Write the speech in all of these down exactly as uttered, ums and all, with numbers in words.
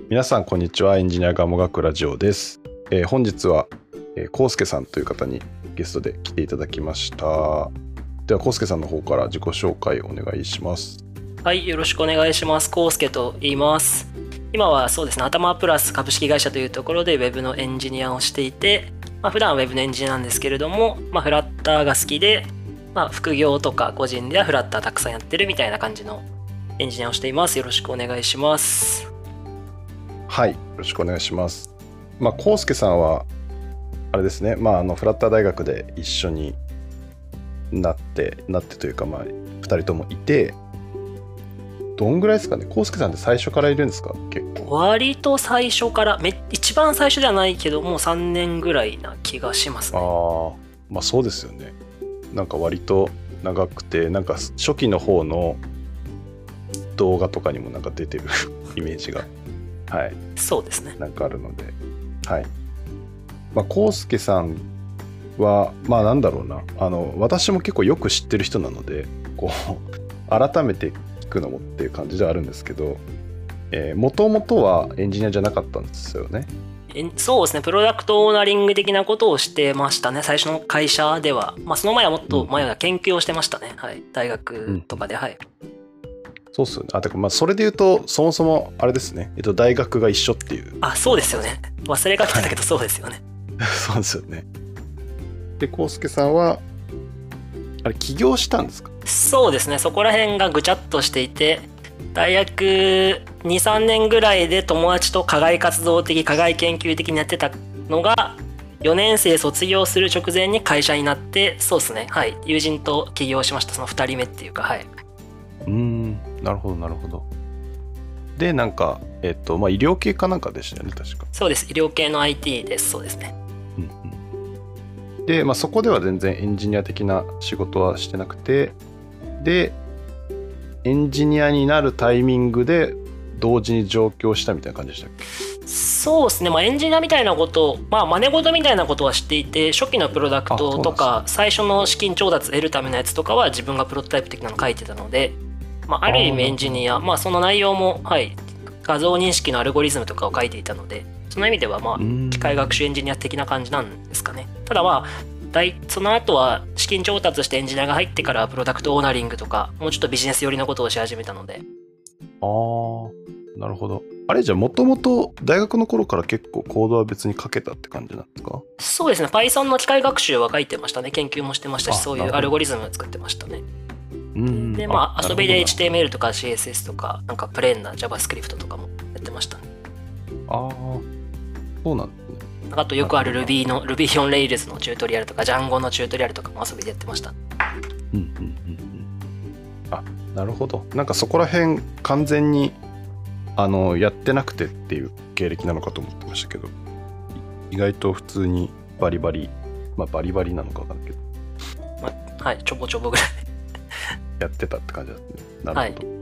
皆さんこんにちは。エンジニアがもがくラジオです。えー、本日は、えー、コウスケさんという方にゲストで来ていただきました。ではコウスケさんの方から自己紹介お願いします。 はい、よろしくお願いします。コウスケと言います。今はそうですね、頭プラス株式会社というところで Web のエンジニアをしていて、まあ、普段は Web のエンジニアなんですけれども、まあ、フラッターが好きで、まあ、副業とか個人ではフラッターたくさんやってるみたいな感じのエンジニアをしています。よろしくお願いします。 はい、よろしくお願いします。まあ、コウスケさんはあれですね、まあ、あのフラッター大学で一緒になってなってというか、まあ、ふたりともいて、どんぐらいですかね。コウスケさんって最初からいるんですか？結構割と最初からめ一番最初ではないけどもうさんねんぐらいな気がしますね。 ああ、まあそうですよね。なんか割と長くて、なんか初期の方の動画とかにもなんか出てるイメージが、はい、 そうですね。 なんかあるので、はい。まあコウスケさんはまあなんだろうな、あの私も結構よく知ってる人なので、こう改めて聞くのもっていう感じではあるんですけど、もともとはエンジニアじゃなかったんですよね。 そうですね、プロダクトオーナリング的なことをしてましたね、最初の会社では。まあ、その前はもっと前は研究をしてましたね、うん、はい、大学とかで、うん、はい。 そうっすよね。あ、てかまあそれで言うと、そもそもあれですね、えっと、大学が一緒っていう。 あ、そうですよね。忘れかけてたけど、そうですよね。 そうですよね。で、コウスケさんは、あれ、起業したんですか？ そうですね、そこら辺がぐちゃっとしていて、大学にさんねんぐらいで友達と課外活動的課外研究的にやってたのがよねん生卒業する直前に会社になって、そうですね、はい、友人と起業しました。そのふたりめっていうか、はい。 うーん、なるほどなるほど。で、なんかえっとまあ医療系かなんかでしたよね、確か。 そうです、医療系の アイティー です。そうですね。 うんうん、で、まあそこでは全然エンジニア的な仕事はしてなくて、でエンジニアになるタイミングで同時に上京したみたいな感じでしたっけ？ そうですね、まあ、エンジニアみたいなことを、まあ、真似事みたいなことは知っていて、初期のプロダクトとか最初の資金調達得るためのやつとかは自分がプロトタイプ的なの書いてたので、まあ、ある意味エンジニア、まあ、その内容も、はい、画像認識のアルゴリズムとかを書いていたので、その意味ではまあ機械学習エンジニア的な感じなんですかね。ただまあその後は資金調達してエンジニアが入ってからプロダクトオーナリングとかもうちょっとビジネス寄りのことをし始めたので。 あー、なるほど。あれじゃあもともと大学の頃から結構コードは別に書けたって感じなんですか？ そうですね、 Python の機械学習は書いてましたね。研究もしてましたし、そういうアルゴリズムを作ってましたね。うんでまあ遊びで エイチティーエムエル とか シーエスエス とかなんかプレーンな JavaScript とかもやってましたね。 ああ、そうなんですね。 あとよくある Ruby の Ruby on Rails のチュートリアルとか Django のチュートリアルとかも遊びでやってました。 うんうんうんうん。あ、なるほど。なんかそこら辺完全にあのやってなくてっていう経歴なのかと思ってましたけど、意外と普通にバリバリ、まあバリバリなのか分かんないけど、 まあ、はい、ちょぼちょぼぐらいやってたって感じだったね。なるほど。はい、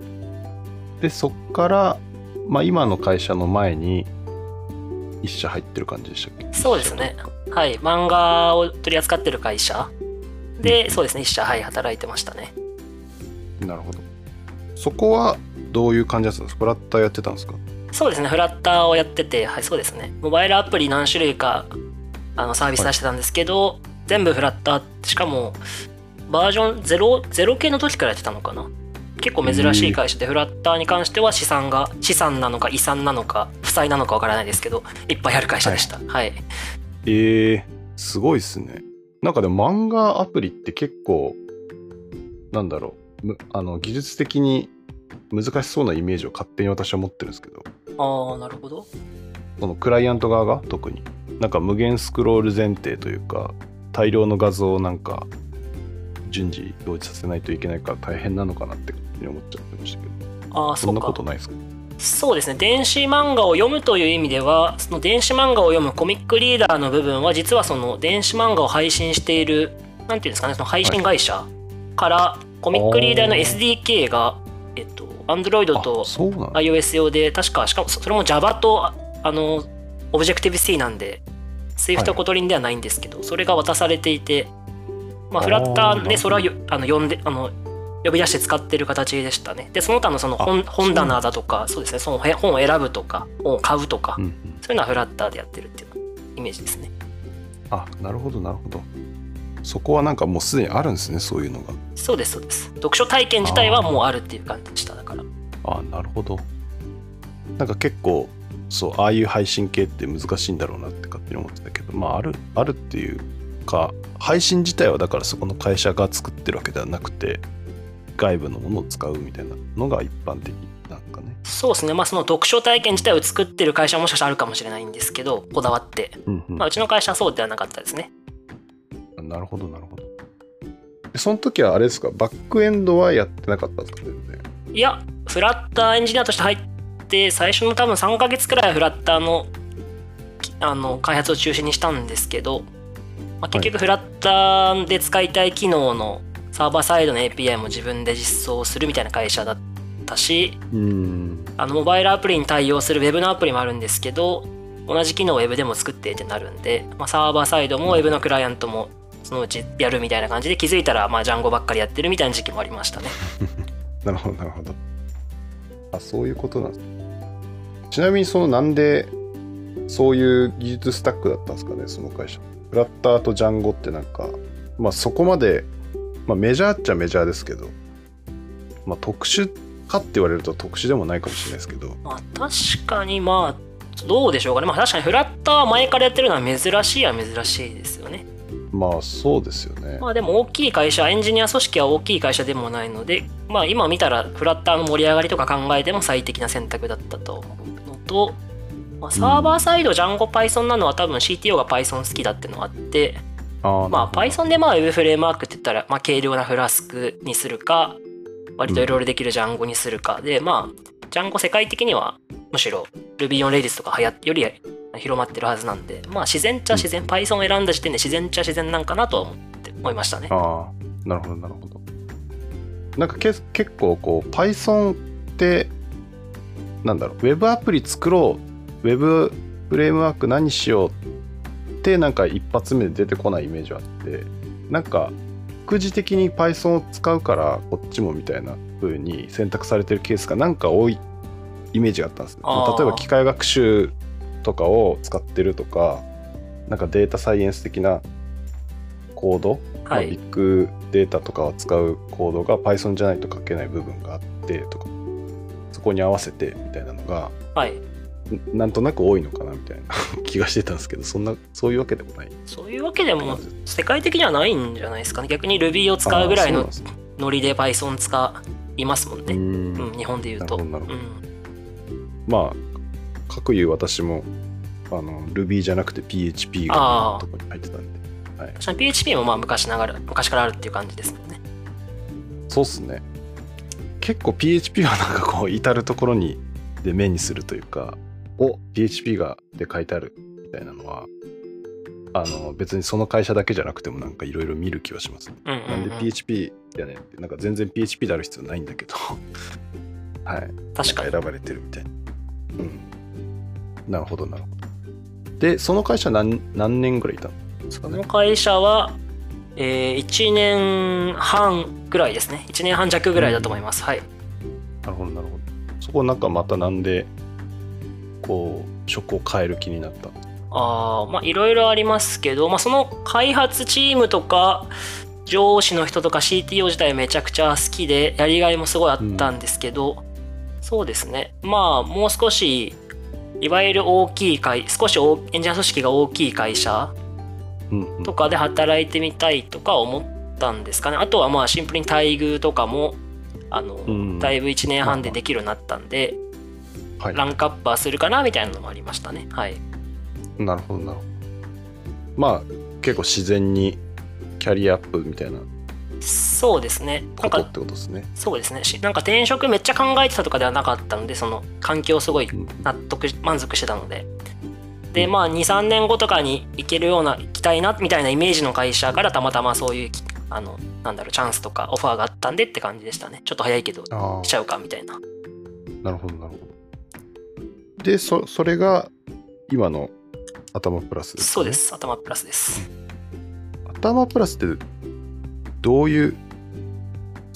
でそっからまあ今の会社の前に一社入ってる感じでしたっけ？ そうですね、はい、漫画を取り扱ってる会社で、うん、そうですね、一社、はい、働いてましたね。 なるほど。そこはどういう感じだったんですか？フラッターやってたんですか？ そうですね、フラッターをやってて、はい、そうですね、モバイルアプリ何種類かあのサービス出してたんですけど、はい、全部フラッター、しかもバージョンゼロ、ゼロ系の時からやってたのかな。結構珍しい会社で、フラッターに関しては資産が資産なのか遺産なのか負債なのかわからないですけど、いっぱいある会社でした。はい、はい、 えー、すごいですね。なんかでも漫画アプリって結構なんだろう、あの技術的に難しそうなイメージを勝手に私は持ってるんですけど。 ああ、なるほど。 そのクライアント側が特になんか無限スクロール前提というか、大量の画像をなんか順次同時させないといけないから大変なのかなって思っちゃってましたけど。 ああ、 そんなことないですか？ そうですね、電子漫画を読むという意味では、その電子漫画を読むコミックリーダーの部分は実はその電子漫画を配信しているなんていうんですかね、その配信会社からコミックリーダーの エスディーケー がえっと Android と iOS 用で、確かしかもそれも Java とあの Objective-C なんで Swift コトリンではないんですけど、それが渡されていて、まあ、フラッターでそれはあの読んであの呼び出して使ってる形でしたね。でその他のその 本, 本棚だとか、そうですね、その本を選ぶとか本を買うとか、うんうん、そういうのはフラッターでやってるっていうイメージですね。 あ、なるほどなるほど。そこはなんかもうすでにあるんですね、そういうのが。 そうですそうです。読書体験自体はもうあるっていう感じでした。だからああ、なるほど。なんか結構そうああいう配信系って難しいんだろうなって勝手に思ってたけど、まああるあるっていうか、配信自体はだからそこの会社が作ってるわけではなくて外部のものを使うみたいなのが一般的なんかね。 そうですね。まあその読書体験自体を作ってる会社はもしかしたらあるかもしれないんですけど、こだわって、うんうん、まあ、うちの会社はそうではなかったですね。 なるほどなるほど。その時はあれですか、バックエンドはやってなかったんですか？全然。 いや、フラッターエンジニアとして入って最初の多分さんかげつくらいはフラッターの、あの開発を中心にしたんですけど、まあ、結局フラッターで使いたい機能のサーバーサイドの エーピーアイ も自分で実装するみたいな会社だったし、 うーん、 あのモバイルアプリに対応する Web のアプリもあるんですけど、同じ機能を Web でも作ってってなるんで、まあ、サーバーサイドも Web のクライアントもそのうちやるみたいな感じで、気づいたらまあジャンゴばっかりやってるみたいな時期もありましたね。 なるほどなるほど。あ、そういうことなんですね。ちなみにそのなんでそういう技術スタックだったんですかね、その会社。フラッターとジャンゴってなんか、まあそこまで、まあ、メジャーっちゃメジャーですけど、まあ特殊かって言われると特殊でもないかもしれないですけど。 まあ確かに、まあどうでしょうかね。まあ確かにフラッターは前からやってるのは珍しいは珍しいですよね。 まあそうですよね。 まあでも大きい会社、エンジニア組織は大きい会社でもないので、まあ今見たらフラッターの盛り上がりとか考えても最適な選択だったと思うのと、まあ、サーバーサイド、ジャンゴ Python なのは多分 シーティーオー が Python 好きだっていうのがあって、あまあ Python でまあ Web フレームワークって言ったら、まあ、軽量なフラスクにするか、割といろいろできるジャンゴにするかで、まあジャンゴ世界的にはむしろ Ruby on Rails とか流行ってより広まってるはずなんで、まあ自然っちゃ自然、うん、Python を選んだ時点で自然っちゃ自然なんかなとは思って思いましたね。 ああ、なるほどなるほど。なんかけ結構こう Python ってなんだろう、Web アプリ作ろう、Web フレームワーク何しようってなんか一発目で出てこないイメージはあって、なんか副次的に Python を使うからこっちもみたいな風に選択されてるケースがなんか多いイメージがあったんですね。例えば機械学習とかを使ってるとか、なんかデータサイエンス的なコード、はいまあ、ビッグデータとかを使うコードが Python じゃないと書けない部分があってとか、そこに合わせてみたいなのが、 はい、 なんとなく多いのかなみたいな気がしてたんですけど、そんなそういうわけでもない。 そういうわけでも世界的にはないんじゃないですかね。逆に Ruby を使うぐらいのノリで Python 使いますもんね。うん、うん、日本で言うと。なるほどなるほど、うん、 まあかくいう私もあの Ruby じゃなくて ピーエイチピー がとこに入ってたんで、 はい、確かに ピーエイチピー もまあ昔ながら昔からあるっていう感じですもんね。 そうっすね。結構 ピーエイチピー はなんかこう至るところにで目にするというか、お ピーエイチピー がで書いてあるみたいなのはあの別にその会社だけじゃなくてもなんかいろいろ見る気はします、ね、うんうんうん、なんで ピーエイチピー やねんって、なんか全然 ピーエイチピー である必要ないんだけどはい、 確かに選ばれてるみたいな。うん、なるほどなるほど。でその会社 何, 何年ぐらいいたんですかね。 その会社は、えー、いちねんはんぐらいですね。いちねんはん弱ぐらいだと思います、うん、はい。 なるほどなるほど。そこなんかまたなんでこう職を変える気になったんですか。 あまあいろいろありますけど、まあ、その開発チームとか上司の人とか シーティーオー 自体めちゃくちゃ好きでやりがいもすごいあったんですけど、うん、そうですね、まあもう少しいわゆる大きい会少しエンジニア組織が大きい会社とかで働いてみたいとか思ったんですかね。あとはまあシンプルに待遇とかもあの、うん、だいぶいちねんはんでできるようになったんで、はい、ランクアップはするかなみたいなのもありましたね。はい。 なるほどなるほど。まあ結構自然にキャリアアップみたいなそうですね。 なんかってことですね。 そうですね。なんか転職めっちゃ考えてたとかではなかったので、その環境すごい納得、うん、満足してたので。で、まあに、さんねんごとかに行けるような、行きたいなみたいなイメージの会社からたまたまそういう、あの、なんだろう、チャンスとかオファーがあったんでって感じでしたね。ちょっと早いけど、しちゃうかみたいな。 なるほど、なるほど。で、そ、それが今の頭プラスですね。 そうです。頭プラスです。 頭プラスってどういう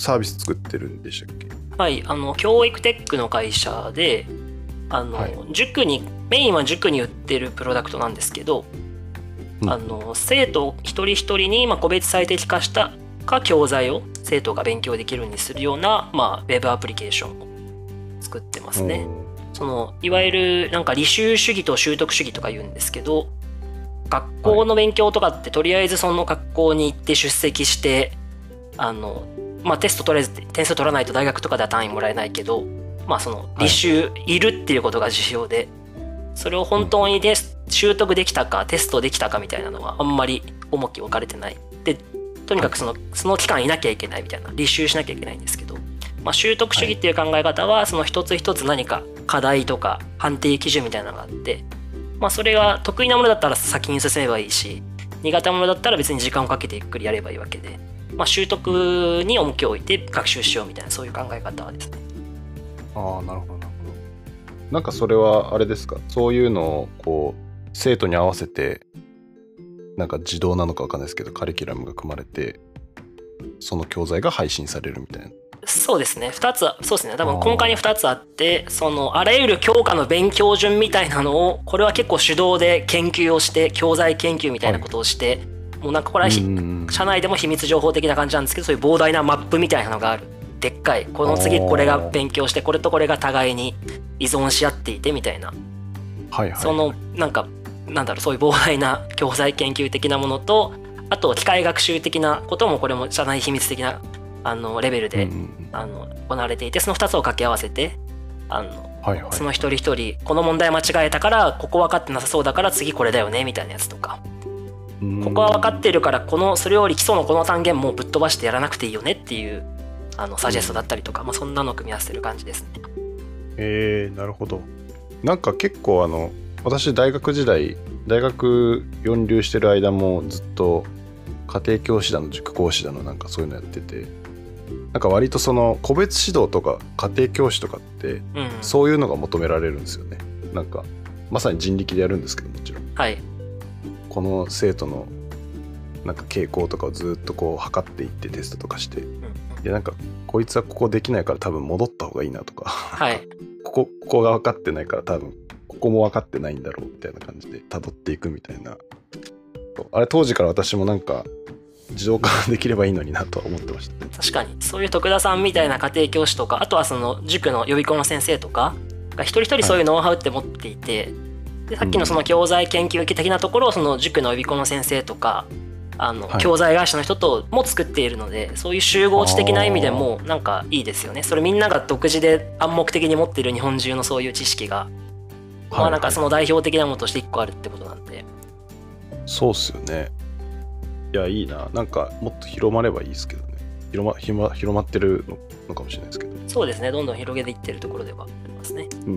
サービス作ってるんでしたっけ？ はい、あの教育テックの会社で、あの、はい、塾にメインは塾に売ってるプロダクトなんですけど、うん、あの生徒一人一人にまあ個別最適化したか教材を生徒が勉強できるようにするような、まあ、ウェブアプリケーションを作ってますね。そのいわゆるなんか履修主義と習得主義とか言うんですけど、学校の勉強とかってとりあえずその学校に行って出席して、あの、まあ、テストとりあえず点数取らないと大学とかでは単位もらえないけど、まあ、その履修いるっていうことが重要で、それを本当にで習得できたかテストできたかみたいなのはあんまり重きを置かれてない。でとにかくそのその期間いなきゃいけないみたいな、履修しなきゃいけないんですけど、まあ、習得主義っていう考え方はその一つ一つ何か課題とか判定基準みたいなのがあって、まあ、それが得意なものだったら先に進めばいいし、苦手なものだったら別に時間をかけてゆっくりやればいいわけで、まあ、習得に重きを置いて学習しようみたいな、そういう考え方ですね。 ああ、なるほどなるほど。なんかそれはあれですか、そういうのをこう生徒に合わせてなんか自動なのか分かんないですけどカリキュラムが組まれてその教材が配信されるみたいな。 そうですね、ふたつ、そうですね、多分根幹にふたつあって、そのあらゆる教科の勉強順みたいなのを、これは結構手動で研究をして教材研究みたいなことをして、はい、もうなんかこれは社内でも秘密情報的な感じなんですけど、そういう膨大なマップみたいなのがある。でっかい、この次これが勉強してこれとこれが互いに依存し合っていてみたいな、はいはい、そのなんかなんだろう、そういう膨大な教材研究的なものと、あと機械学習的なこともこれも社内秘密的なあのレベルで、うんうん、あの行われていて、そのふたつを掛け合わせて、あの、はいはい、その一人一人この問題間違えたからここ分かってなさそうだから次これだよねみたいなやつとか、ここは分かってるからこのそれより基礎のこの単元もうぶっ飛ばしてやらなくていいよねっていうあのサジェストだったりとか、まあ、そんなのを組み合わせてる感じですね。 えー、なるほど。なんか結構あの私大学時代大学よん流してる間もずっと家庭教師だの塾講師だのなんかそういうのやってて、なんか割とその個別指導とか家庭教師とかってそういうのが求められるんですよね、うん、なんかまさに人力でやるんですけど、もちろん、はい、この生徒のなんか傾向とかをずっとこう測っていってテストとかして、うん、でなんかこいつはここできないから多分戻った方がいいなとか、はい、ここここが分かってないから多分ここも分かってないんだろうみたいな感じで辿っていくみたいな、あれ当時から私もなんか自動化できればいいのになとは思ってました。 確かにそういう徳田さんみたいな家庭教師とか、あとはその塾の予備校の先生とかが一人一人そういうノウハウって持っていて、はい、でさっきのその教材研究的なところをその塾の予備校の先生とかあの、はい、教材会社の人とも作っているので、そういう集合値的な意味でもなんかいいですよね。それみんなが独自で暗黙的に持っている日本中のそういう知識が、まあなんかその代表的なものとして一個あるってことなんで、 そうっすよね。いやいいな、なんかもっと広まればいいですけどね。広ま、広ま、広まってるのかもしれないですけど。 そうですね、どんどん広げていってるところではありますね。うんうんうん。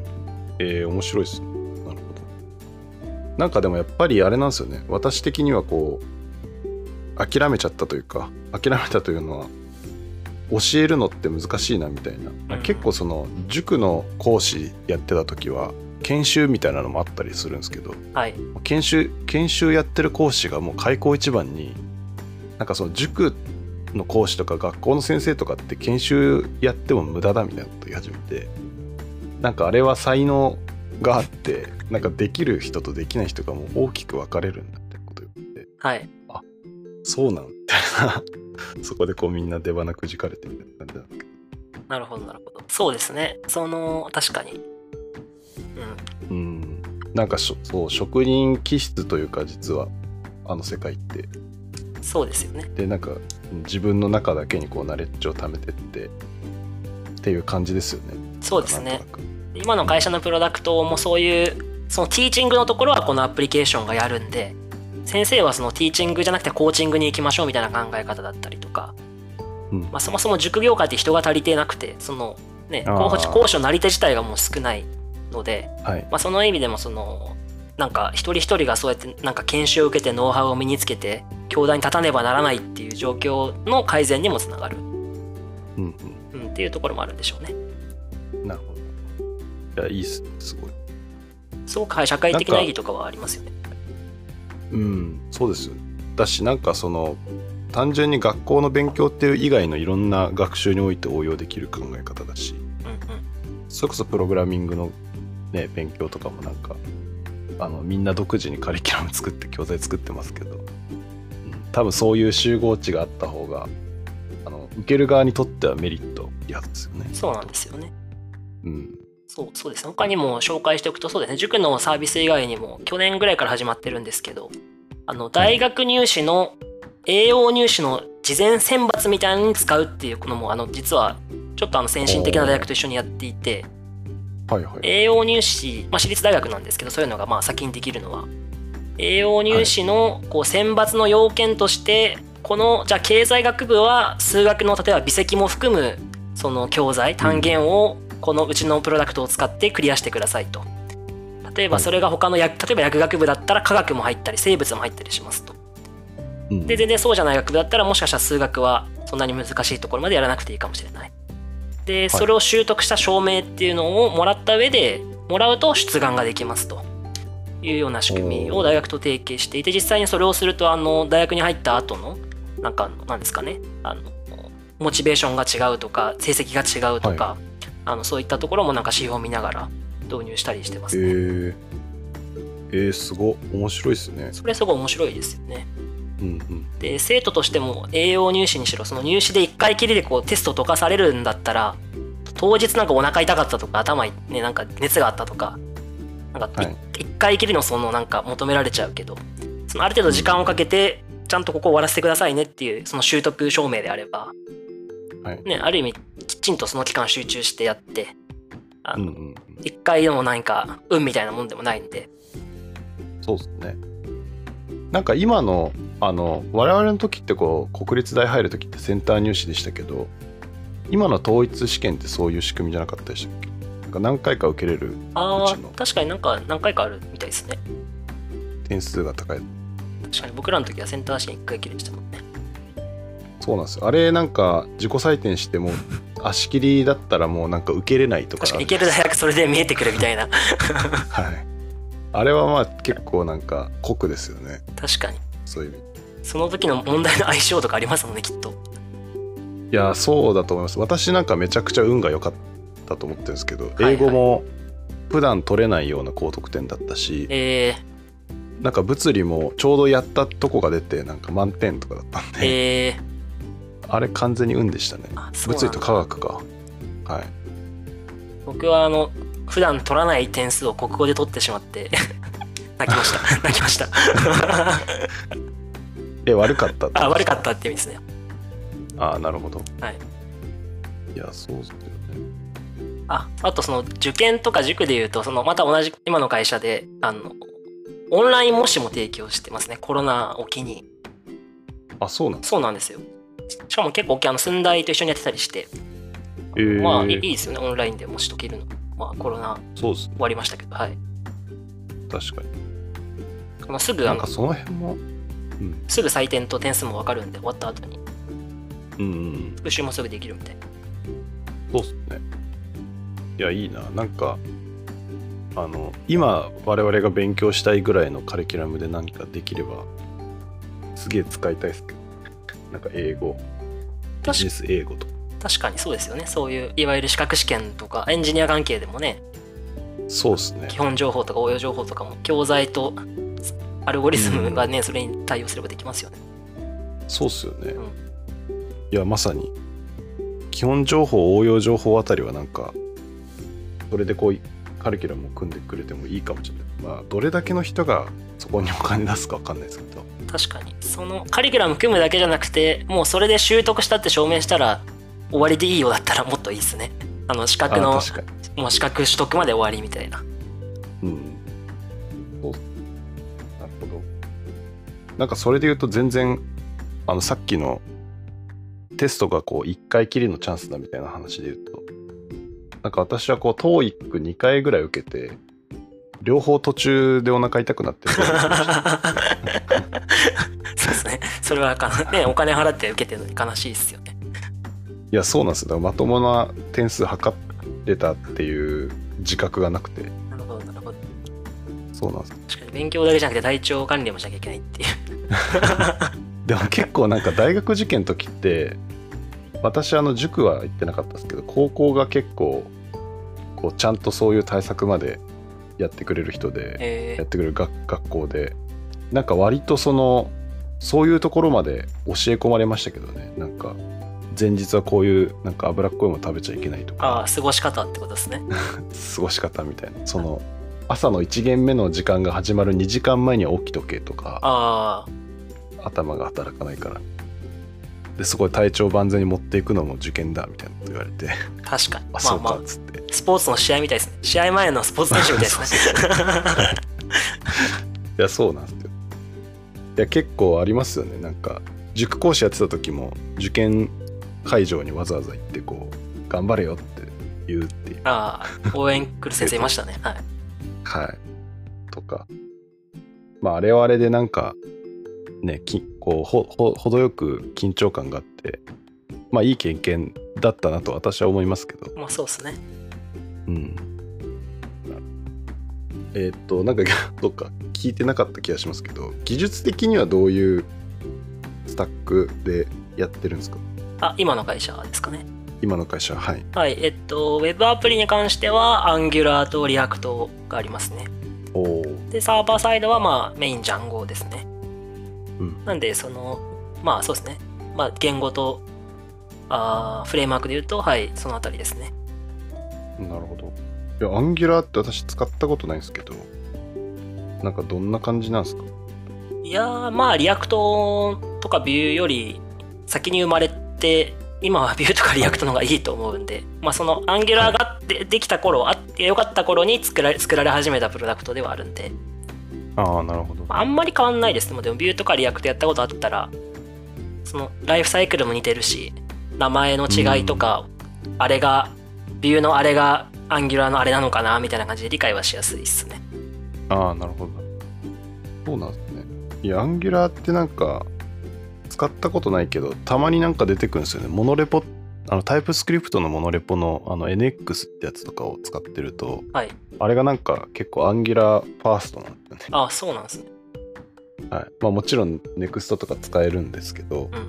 えー、面白いですね。なるほど。なんかでもやっぱりあれなんですよね。私的にはこう諦めちゃったというか、諦めたというのは教えるのって難しいなみたいな、うん、結構その塾の講師やってた時は研修みたいなのもあったりするんですけど、はい、研修研修やってる講師がもう開口一番になんかその塾の講師とか学校の先生とかって研修やっても無駄だみたいなこと言い始めて、なんかあれは才能があってなんかできる人とできない人がもう大きく分かれるんだってこと言って、はい、あ、そうなんみたいなそこでこうみんな出花くじかれてみたいな感じなんだけど。 なるほどなるほど。そうですね、その確かに、 うん、うん、なんかしょそう職人気質というか実はあの世界ってそうですよね。 でなんか自分の中だけにこうナレッジを貯めてってっていう感じですよね。 そうですね。今の会社のプロダクトもそういうそのティーチングのところはこのアプリケーションがやるんで、先生はそのティーチングじゃなくてコーチングに行きましょうみたいな考え方だったりとか、うんまあ、そもそも塾業界って人が足りてなくて、そのね講師講師のなり手自体がもう少ないので、はいまあ、その意味でもそのなんか一人一人がそうやってなんか研修を受けてノウハウを身につけて教壇に立たねばならないっていう状況の改善にもつながる、うんうんうん、っていうところもあるんでしょうね。 なるほど。いやいいっす、すごい。 すごく社会的な意義とかはありますよね。 うん、そうですよね。だしなんかその単純に学校の勉強っていう以外のいろんな学習において応用できる考え方だし、 うんうん、 それこそプログラミングの、ね、勉強とかもなんかあのみんな独自にカリキュラム作って教材作ってますけど、うん、多分そういう集合値があった方があの受ける側にとってはメリットいいはずですよね。 そうなんですよね。 うん、 そうそうですね。他にも紹介しておくと、そうですね、塾のサービス以外にも去年ぐらいから始まってるんですけど、あの大学入試の栄養入試の事前選抜みたいなのに使うっていうのもあの実はちょっとあの先進的な大学と一緒にやっていて、 はいはい、 栄養入試、まあ、私立大学なんですけど、そういうのがまあ先にできるのは栄養入試のこう選抜の要件として、このじゃあ経済学部は数学の例えば微積も含むその教材単元をこのうちのプロダクトを使ってクリアしてくださいと。例えばそれが他のや例えば薬学部だったら科学も入ったり生物も入ったりしますと。で全然そうじゃない学部だったらもしかしたら数学はそんなに難しいところまでやらなくていいかもしれない。でそれを習得した証明っていうのをもらった上でもらうと出願ができますというような仕組みを大学と提携していて、実際にそれをするとあの大学に入った後のなんかなんですかね、あのモチベーションが違うとか成績が違うとか、はい、あのそういったところもなんか指標を見ながら導入したりしてますね。 えー、えー、すごい面白いですね。 それすごい面白いですよね。 うんうん、 で生徒としても栄養入試にしろその入試でいっかいきりでこうテスト解かされるんだったら、当日なんかお腹痛かったとか頭に、ね、なんか熱があったとかなんか い,、はい、いっかいきりのそのなんか求められちゃうけど、そのある程度時間をかけてちゃんとここ終わらせてくださいねっていうその習得証明であれば、はいね、ある意味きちんとその期間集中してやってあの、うんうん、いっかいでも何か運みたいなもんでもないんで。 そうですね。なんか今のあの我々の時ってこう国立大入る時ってセンター入試でしたけど、今の統一試験ってそういう仕組みじゃなかったでしたっけ？なんか何回か受けれるうちの。 ああ、確かになんか何回かあるみたいですね。 点数が高い。 確かに僕らの時はセンター試験いっかいきりでしたもんね。 そうなんですよ。あれなんか自己採点しても足切りだったらもうなんか受けれないとか。 確かに受ける大学それで見えてくるみたいな。 はい。あれはまあ結構なんか酷ですよね。 確かに。 そういう意味。 その時の問題の相性とかありますもんね、きっと。 いやそうだと思います。私なんかめちゃくちゃ運が良かったと思ってるんですけど、英語も普段取れないような高得点だったし、 えー、なんか物理もちょうどやったとこが出てなんか満点とかだったんで、 えー、 あれ完全に運でしたね。物理と科学か。はい。 僕はあの普段取らない点数を国語で取ってしまって泣きました泣きましたえ悪かったってあ悪かったって意味ですね。 ああなるほど。 はい。 いやそうですよね。 ああとその受験とか塾でいうとそのまた同じ今の会社であのオンライン模試も提供してますね、コロナを機に。 あそうなんですか。 そうなんですよ。しかも結構大きいあの寸大と一緒にやってたりして、 えー、 まあいいですよね、オンラインで模試解けるの。まあコロナ終わりましたけど、はい。 確かに。 このすぐあのなんかその辺も、 うん、すぐ採点と点数も分かるんで終わった後に、 うんうん、 復習もすぐできるみたいな。 そうっすね。いやいいな。なんかあの今我々が勉強したいぐらいのカリキュラムで何かできればすげえ使いたいですけど、なんか英語、ビジネス英語とか。 確かにそうですよね。そういういわゆる資格試験とかエンジニア関係でもね、 そうですね。 基本情報とか応用情報とかも教材とアルゴリズムがね、うん、それに対応すればできますよね。 そうっすよね、うん、いやまさに基本情報応用情報あたりはなんかそれでこうカリキュラムを組んでくれてもいいかもしれない。まあどれだけの人がそこにお金出すか分かんないですけど、 確かにそのカリキュラム組むだけじゃなくてもうそれで習得したって証明したら終わりでいいよだったらもっといいですね。あの資格のもう資格取得まで終わりみたいな。 うんそうなるほど。なんかそれで言うと全然あのさっきのテストがこういっかいきりのチャンスだみたいな話で言うと、なんか私はこう トーイックに 回ぐらい受けて両方途中でお腹痛くなってるそうですね。それはかな、ね、お金払って受けてるのに悲しいですよね。 いやそうなんですよ。だからまともな点数測れたっていう自覚がなくて。 なるほどなるほど。 そうなんです。 確かに勉強だけじゃなくて体調管理もしなきゃいけないっていうでも結構なんか大学受験の時って私あの塾は行ってなかったですけど高校が結構こうちゃんとそういう対策までやってくれる人で、 えー、 やってくれる 学, 学校でなんか割とそのそういうところまで教え込まれましたけどね。なんか前日はこういうなんか脂っこいもの食べちゃいけないとか、 ああ過ごし方ってことですね過ごし方みたいな、その朝のいち限目の時間が始まるにじかんまえには起きとけとか、 あ頭が働かないからですごい体調万全に持っていくのも受験だみたいなこと言われて、 確かにあそうかっつって、まあまあ、スポーツの試合みたいですね。試合前のスポーツ選手みたいですねそうそうそういやそうなんですよ。いや結構ありますよね。なんか塾講師やってた時も受験会場にわざわざ行ってこう頑張れよって言うっていう、 ああ応援来る先生いましたねはいはいとか、まああれはあれでなんかねきこうほほ程よく緊張感があってまあいい経験だったなと私は思いますけど、 まあそうですね。 うんえー、っとなんかどっか聞いてなかった気がしますけど、技術的にはどういうスタックでやってるんですか？ あ、今の会社ですかね。 今の会社、はい。 はい、えっと、ウェブアプリに関しては Angular と React がありますね。 おで、サーバーサイドはまあメイン Django ですね。 うん、 なんで、その、まあそうですね。まあ言語とあフレームワークで言うと、はい、そのあたりですね。 なるほど。いや、Angular って私使ったことないんですけど、なんかどんな感じなんですか？ いやー、まあ React とか Vue より先に生まれて、今は Vue とか React の方がいいと思うんで、まあその Angular がで、はい、できた頃、あってよかった頃に作られ、作られ始めたプロダクトではあるんで。 ああ、なるほど。 まあ、あんまり変わんないです。でも Vue とか React やったことあったら、そのライフサイクルも似てるし、名前の違いとか、あれが、Vue のあれが Angular のあれなのかなみたいな感じで理解はしやすいっすね。 ああ、なるほど。そうなんですね。いや、Angular ってなんか、使ったことないけど、たまになんか出てくるんですよね。モノレポ、あのタイプスクリプトのモノレポのあの エヌエックス ってやつとかを使ってると、 はい、 あれがなんか結構 Angular ファーストなんですよね。 ああ、そうなんですね。 はい。まあもちろん Next とか使えるんですけど、 うんうん、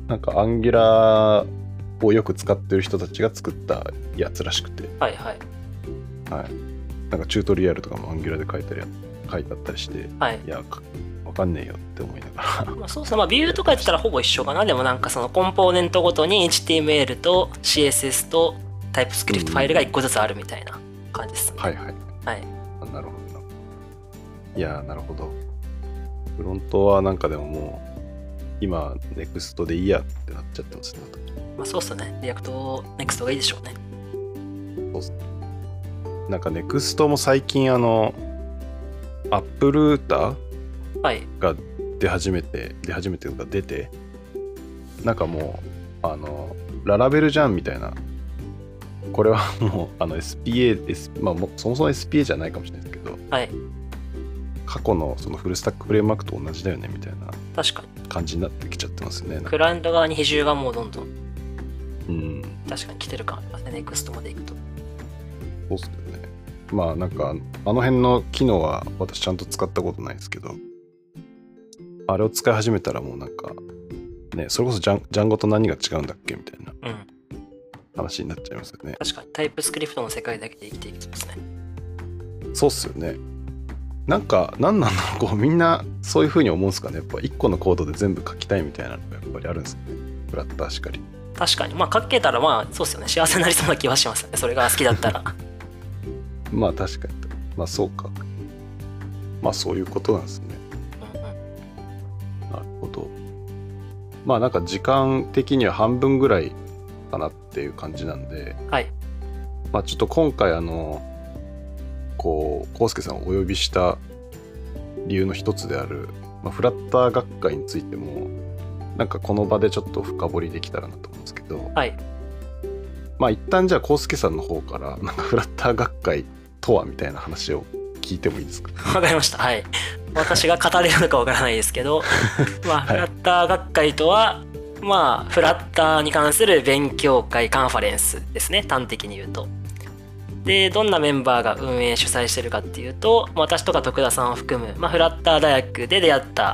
なんか Angular をよく使ってる人たちが作ったやつらしくて、 はいはい。 はい。なんかチュートリアルとかも Angular で書いたり書いてあったりして、 はい、 いや、わかんねえよって思いながら。 まあそうですね。まあ Vue とかやったらほぼ一緒かな。でもなんかそのコンポーネントごとに エイチティーエムエル と シーエスエス とタイプスクリプトファイルがいっこずつあるみたいな感じですね。 はいはい。 はい。 なるほど。いやー、なるほど。フロントはなんかでももう、今、Next でいいやってなっちゃってますね。 まあそうっすね。React Next がいいでしょうね。 そうっすね。なんか Next も最近あの、アップルーターが出始めて、はい、出始めてとか出て、なんかもう、あの、ララベルじゃんみたいな、これはもうあの エスピーエー、S、まあもそもそも エスピーエー じゃないかもしれないですけど、 はい、 過去のそのフルスタックフレームワークと同じだよねみたいな確かに感じになってきちゃってますよね。 クライアント側に比重がもうどんどん、 うん、 確かに来てる感ありますね。ネクストまでいくと。 そうっすよね。まあなんかあの辺の機能は私ちゃんと使ったことないですけど、あれを使い始めたらもうなんかね、それこそジャン、ジャンゴと何が違うんだっけみたいな話になっちゃいますよね。 確かにタイプスクリプトの世界だけで生きていきますね。 そうっすよね。なんか何なんだろう、こうみんなそういう風に思うんですかね。やっぱいっこのコードで全部書きたいみたいなのがやっぱりあるんですかね。フラッターしかり。 確かにまあ書けたらまあそうっすよね。幸せになりそうな気はしますよね。それが好きだったら。 まあ確かに。まあそうか。まあそういうことなんですね。 うんうん、 なるほど。まあなんか時間的には半分ぐらいかなっていう感じなんで、 はい。 まあちょっと今回あのこう康介さんをお呼びした理由の一つである、まあ、フラッター学会についてもなんかこの場でちょっと深掘りできたらなと思うんですけど、 はい。 まあ一旦じゃあ康介さんの方からなんかフラッター学会とはみたいな話を聞いてもいいですか？ わかりました。はい。私が語れるのかわからないですけど、まあフラッター学会とは、まあフラッターに関する勉強会カンファレンスですね。端的に言うと。で、どんなメンバーが運営主催してるかっていうと、私とか徳田さんを含む、まあ、フラッター大学で出会った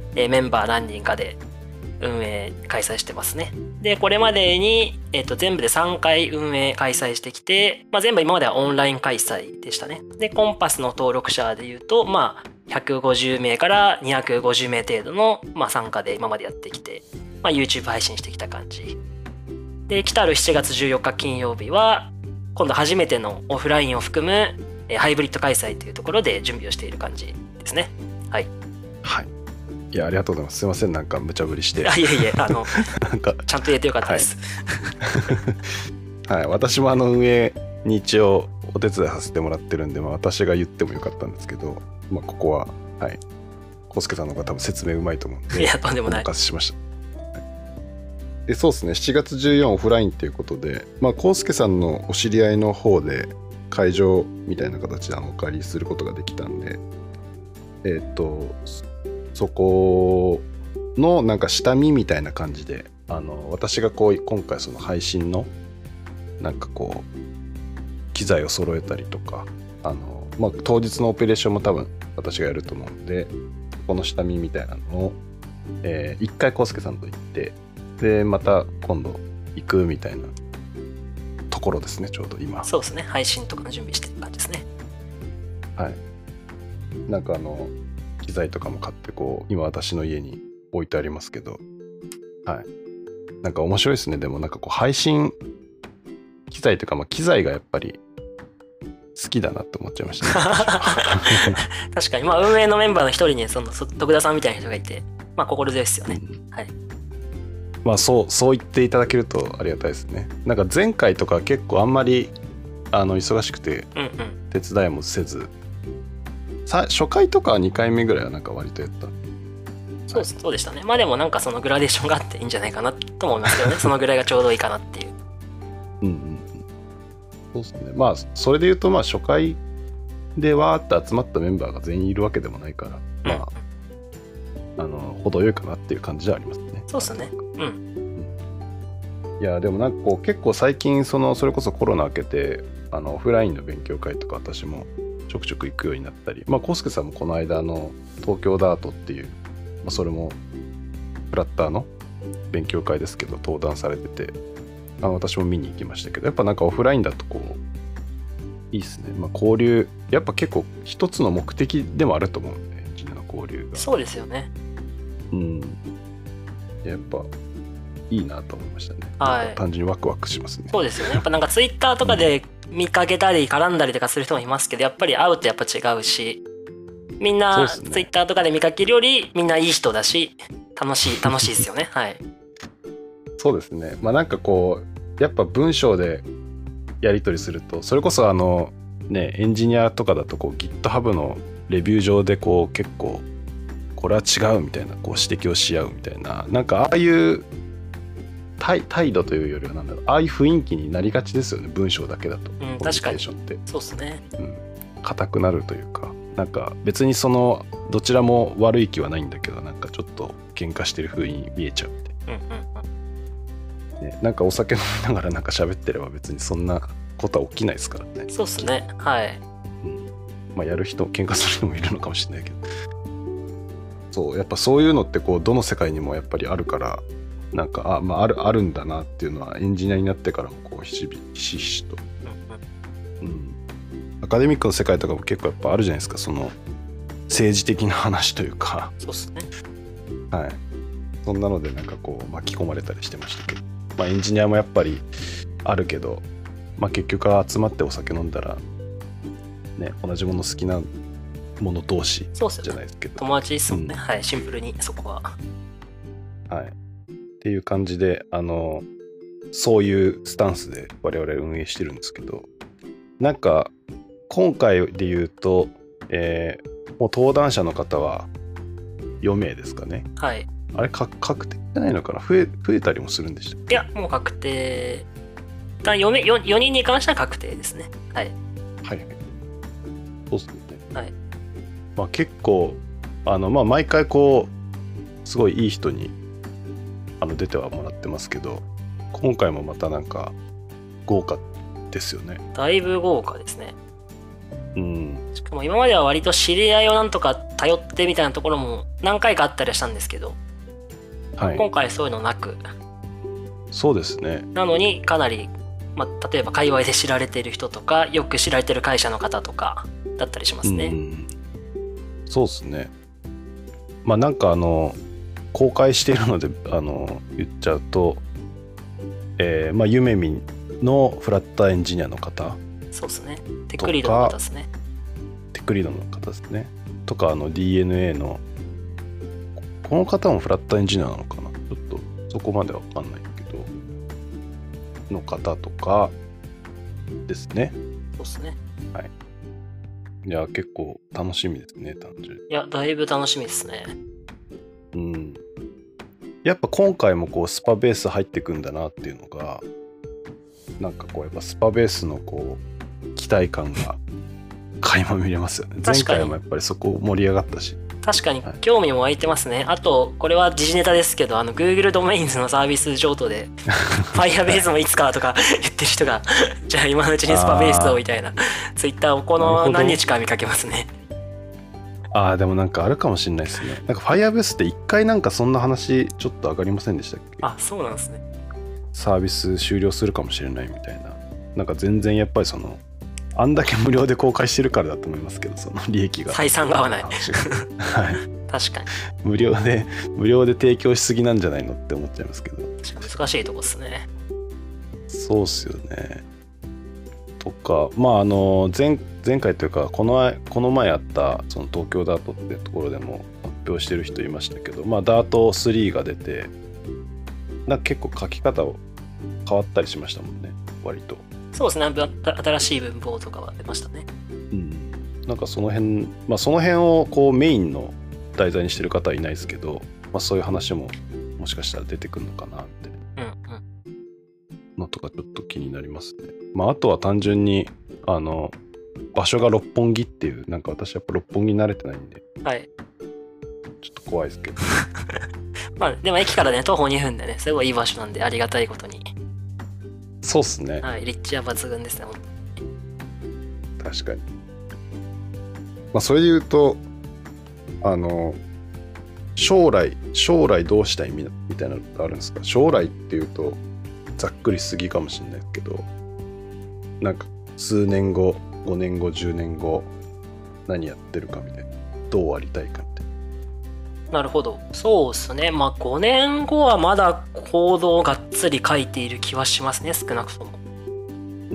えーメンバー何人かで運営開催してますね。で、これまでに、えっと、全部でさんかい運営開催してきて、まあ、全部今まではオンライン開催でしたね。で、コンパスの登録者でいうと、まあ、ひゃくごじゅうめいからにひゃくごじゅうめい程度の、まあ、参加で今までやってきて、まあ、YouTube 配信してきた感じ。で、来たるしちがつじゅうよっか金曜日は、今度初めてのオフラインを含む、えーハイブリッド開催というところで準備をしている感じですね。はい。 はい。いや、ありがとうございます。すいません、なんか無茶ぶりして。 あ、いえいえ、あの、 なんか、 ちゃんと言えてよかったです。 はい、私もあの運営に一応お手伝いさせてもらってるんで、まあ、私が言ってもよかったんですけど、まあ、ここは、はい、コウスケさんの方が多分説明うまいと思うんで、 いや、とんでもない。 お任せしました。はい、で、そうですね、しちがつじゅうよっかオフラインということで、まあ、コウスケさんのお知り合いの方で会場みたいな形であのお借りすることができたんで、えっと、そこのなんか下見みたいな感じで、あの私がこう今回その配信のなんかこう機材を揃えたりとか、あの、まあ、当日のオペレーションも多分私がやると思うんで、この下見みたいなのを、えー、一回コウスケさんと行って、でまた今度行くみたいなところですね、ちょうど今。 そうですね、配信とかの準備してる感じですね。 はい。なんかあの機材とかも買ってこう今私の家に置いてありますけど、はい。なんか面白いですね。でもなんかこう配信機材というか、まあ機材がやっぱり好きだなって思っちゃいました、ね、 確かに、まあ運営のメンバーの一人にその徳田さんみたいな人がいて、まあ心強いですよね。うん、はい。 まあそうそう言っていただけるとありがたいですね。なんか前回とか結構あんまりあの忙しくて手伝いもせず、うんうん、さ初回とかはにかいめぐらいはなんか割とやった。 そうそうでしたね。まあでもなんかそのグラデーションがあっていいんじゃないかなと思いますけどね。そのぐらいがちょうどいいかなっていう。 うんうんうん。そうですね。まあそれで言うとまあ初回でわーって集まったメンバーが全員いるわけでもないから、まあ、うん、あの程よいかなっていう感じではありますね。 そうですね。うん。うん、 いやでもなんかこう結構最近そのそれこそコロナ明けてあのオフラインの勉強会とか私もちょくちょく行くようになったり、まあコウスケさんもこの間の東京ダートっていう。それもフラッターの勉強会ですけど登壇されてて、あの私も見に行きましたけど、やっぱなんかオフラインだとこういいっすね。まあ、交流やっぱ結構一つの目的でもあると思うんで、エンジニアの交流が。 そうですよね。 うん。やっぱいいなと思いましたね。 はい。 単純にワクワクしますね。 そうですよね。やっぱなんかツイッターとかで見かけたり絡んだりとかする人もいますけど、やっぱり会うとやっぱ違うし。みんなツイッターとかで見かけるよりみんないい人だし楽しい楽しいですよね。はい。 そうですね。まあなんかこうやっぱ文章でやり取りすると、それこそあのねエンジニアとかだとこう GitHub のレビュー上でこう結構これは違うみたいなこう指摘をし合うみたいな、なんかああいう態態度というよりはなんだろう、ああいう雰囲気になりがちですよね、文章だけだと。 うん、確かに。そうですね。 うん、硬くなるというか。なんか別にそのどちらも悪い気はないんだけど、なんかちょっと喧嘩してる風に見えちゃうって、うんうんうんね、なんかお酒飲みながらなんか喋ってれば別にそんなことは起きないですからね。 そうっすね。はい、 うん、まあやる人喧嘩する人もいるのかもしれないけど、そうやっぱそういうのってこうどの世界にもやっぱりあるから、なんかあ、まあ、あるあるんだなっていうのはエンジニアになってからもこうひしひしひしと、うんうん、アカデミックの世界とかも結構やっぱあるじゃないですか、その政治的な話というか。 そうですね。 はい。そんなのでなんかこう巻き込まれたりしてましたけど、まあエンジニアもやっぱりあるけど、まあ結局は集まってお酒飲んだらね、同じもの好きなもの同士じゃないですけど、ね、 友達ですもんね、うん、はい、シンプルにそこは。 はい。っていう感じで、あのそういうスタンスで我々運営してるんですけど、なんか今回で言うと、えー、もう登壇者の方はよめいですかね。 はい。 あれか確定じゃないのかな、増え増えたりもするんでしたっけ？ いやもう確定。だ 4, 名 4, 4人に関しては確定ですね。はい。 はいはい。そうですね。 はい。 まあ結構あのまあ毎回こうすごいいい人にあの出てはもらってますけど、今回もまたなんか豪華ですよね。 だいぶ豪華ですね。 うん、 しかも今までは割と知り合いをなんとか頼ってみたいなところも何回かあったりはしたんですけど、 はい、 今回そういうのなく、 そうですね。 なのにかなり、まあ、例えば界隈で知られている人とかよく知られてる会社の方とかだったりしますね。 うん、そうですね。まあなんかあの公開しているのであの言っちゃうと、えー、まあユメミンのフラッターエンジニアの方、 そうですね。テクリードの方ですね。 テクリードの方ですね。とかあの ディーエヌエー のこの方もフラッターエンジニアなのかな、ちょっとそこまでわかんないけどの方とかですね。 そうですね。 はい。いや結構楽しみですね、単純に。 いやだいぶ楽しみですね。 うん。やっぱ今回もこうスパベース入ってくんだなっていうのが、なんかこうやっぱスパベースのこう期待感が垣間見れますよね。前回もやっぱりそこ盛り上がったし。 確かに興味も湧いてますね。あとこれは時事ネタですけど、あの Google ドメインズのサービス譲渡でFirebase もいつかとか言ってる人がじゃあ今のうちにスパベースをみたいなツイッターをこの何日か見かけますね。 ああでもなんかあるかもしれないですね。なんか Firebase って一回なんかそんな話ちょっと上がりませんでしたっけ？ あ、そうなんですね。 サービス終了するかもしれないみたいな。なんか全然やっぱりそのあんだけ無料で公開してるからだと思いますけど、その利益が採算が合わないはい、 確かに無料で無料で提供しすぎなんじゃないのって思っちゃいますけど。 難しいとこですね。 そうっすよね。とかまああの 前, 前回というかこのこの前あったその東京ダートってところでも発表してる人いましたけど、まあダートスリーが出てなんか結構書き方を変わったりしましたもんね、割と。 そうですね。新しい文法とかは出ましたね。 うん。なんかその辺、まあその辺をこうメインの題材にしてる方はいないですけど、まあそういう話ももしかしたら出てくるのかなってうんうんのとかちょっと気になりますね。まああとは単純にあの場所が六本木っていう、なんか私やっぱ六本木に慣れてないんで、 はい、 ちょっと怖いですけど。 まあでも駅からね徒歩にふんでね、すごいいい場所なんでありがたいことに。 そうっすね。 はい、立地は抜群ですね。 確かに。まあそれで言うとあの将来将来どうしたいみたいなのってあるんですか？将来っていうとざっくりしすぎかもしれないですけど、なんか数年後、ごねんご、じゅうねんご何やってるかみたいな、どうありたいかみたいな。なるほど。そうですね。まあごねんごはまだコードをがっつり書いている気はしますね、少なくとも。 うん、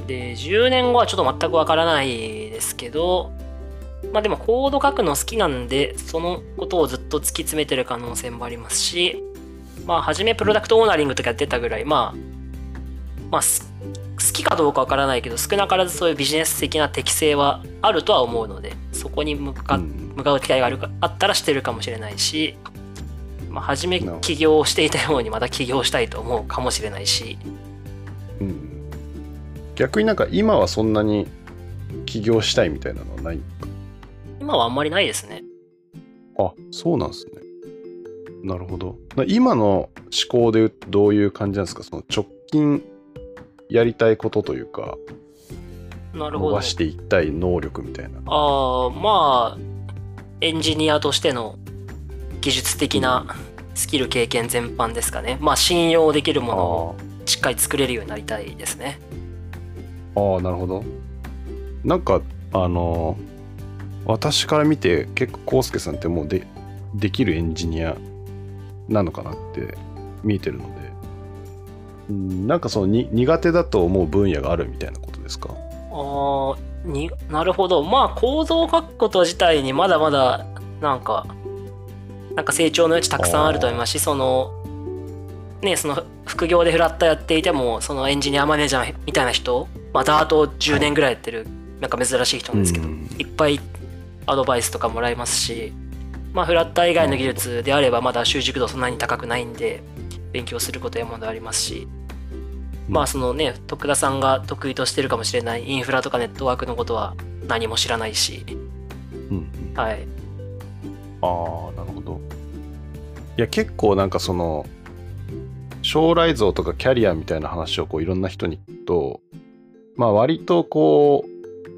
でじゅうねんごはちょっと全くわからないですけど、まあでもコード書くの好きなんで、そのことをずっと突き詰めてる可能性もありますし、まあ初めプロダクトオーナリングとかやってたぐらい、まあ、まあ好きかどうかわからないけど、少なからずそういうビジネス的な適性はあるとは思うので、そこに向か、うん、向かう機会があるかあったらしてるかもしれないし、まあ初め起業していたようにまた起業したいと思うかもしれないし、 うん、逆になんか今はそんなに起業したいみたいなのはない？ 今はあんまりないですね。 あ、そうなんですね。なるほど。今の思考でどういう感じなんですか？その直近やりたいことというか、 なるほど、 伸ばしていきたい能力みたいな。 ああ、まあエンジニアとしての技術的なスキル経験全般ですかね。まあ信用できるものをしっかり作れるようになりたいですね。 ああ、なるほど。なんかあの私から見て結構康介さんってもうでできるエンジニアなのかなって見えてるので、うん、なんかそのに苦手だと思う分野があるみたいなことですか？ あになるほど。まあ構造を書くこと自体にまだまだなんかなんか成長の余地たくさんあると思いますし、そのねその副業でフラッターやっていてもそのエンジニアマネージャーみたいな人、まあ、ダートをじゅうねんぐらいやってるなんか珍しい人なんですけど、うん、いっぱいアドバイスとかもらえますし、まあフラッター以外の技術であればまだ習熟度そんなに高くないんで勉強することやものありますし、まあそのね徳田さんが得意としてるかもしれないインフラとかネットワークのことは何も知らないし、 うん、 はい。 ああ、なるほど。いや結構なんかその将来像とかキャリアみたいな話をこういろんな人に聞くと、まあ割とこう